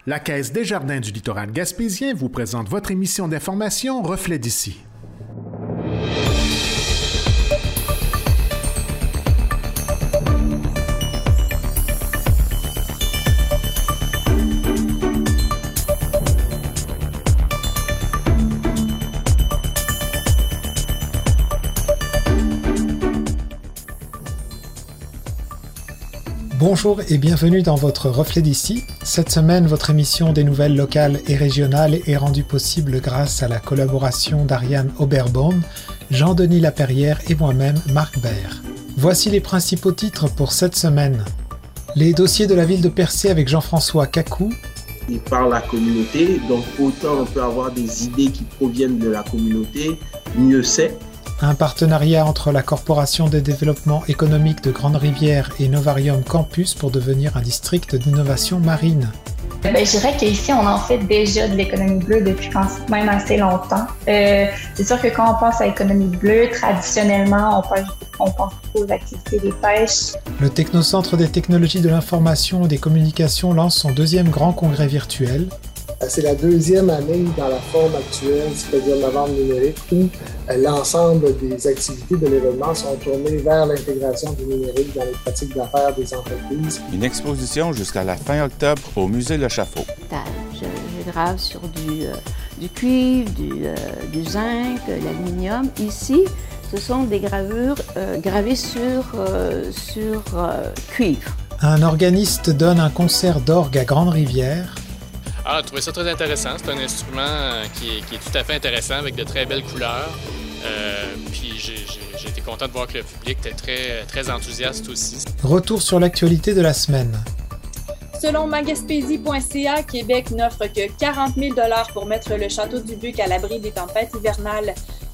La Caisse des Jardins du littoral gaspésien vous présente votre émission d'information Reflet d'ici. Bonjour et bienvenue dans votre Reflet d'ici. Cette semaine, votre émission des nouvelles locales et régionales est rendue possible grâce à la collaboration d'Ariane Oberbaum, Jean-Denis Laperrière et moi-même, Marc Baird. Voici les principaux titres pour cette semaine. Les dossiers de la ville de Percé avec Jean-François Cacou. Et par la communauté, donc autant on peut avoir des idées qui proviennent de la communauté, mieux c'est. Un partenariat entre la Corporation des développements économiques de Grande-Rivière et Novarium Campus pour devenir un district d'innovation marine. Je dirais qu'ici, on en fait déjà de l'économie bleue depuis quand même assez longtemps. C'est sûr que quand on pense à l'économie bleue, traditionnellement, on pense beaucoup aux activités des pêches. Le Technocentre des technologies de l'information et des communications lance son deuxième grand congrès virtuel. C'est la deuxième année dans la forme actuelle, c'est-à-dire novembre numérique, où l'ensemble des activités de l'événement sont tournées vers l'intégration du numérique dans les pratiques d'affaires des entreprises. Une exposition jusqu'à la fin octobre au Musée Le Chaffaut. Je grave sur du cuivre, du zinc, l'aluminium. Ici, ce sont des gravures gravées sur cuivre. Un organiste donne un concert d'orgue à Grande-Rivière. J'ai trouvé ça très intéressant. C'est un instrument qui est tout à fait intéressant avec de très belles couleurs. Puis j'ai été content de voir que le public était très enthousiaste aussi. Retour sur l'actualité de la semaine. Selon magaspésie.ca, Québec n'offre que 40 000 $ pour mettre le château du Buc à l'abri des tempêtes hivernales.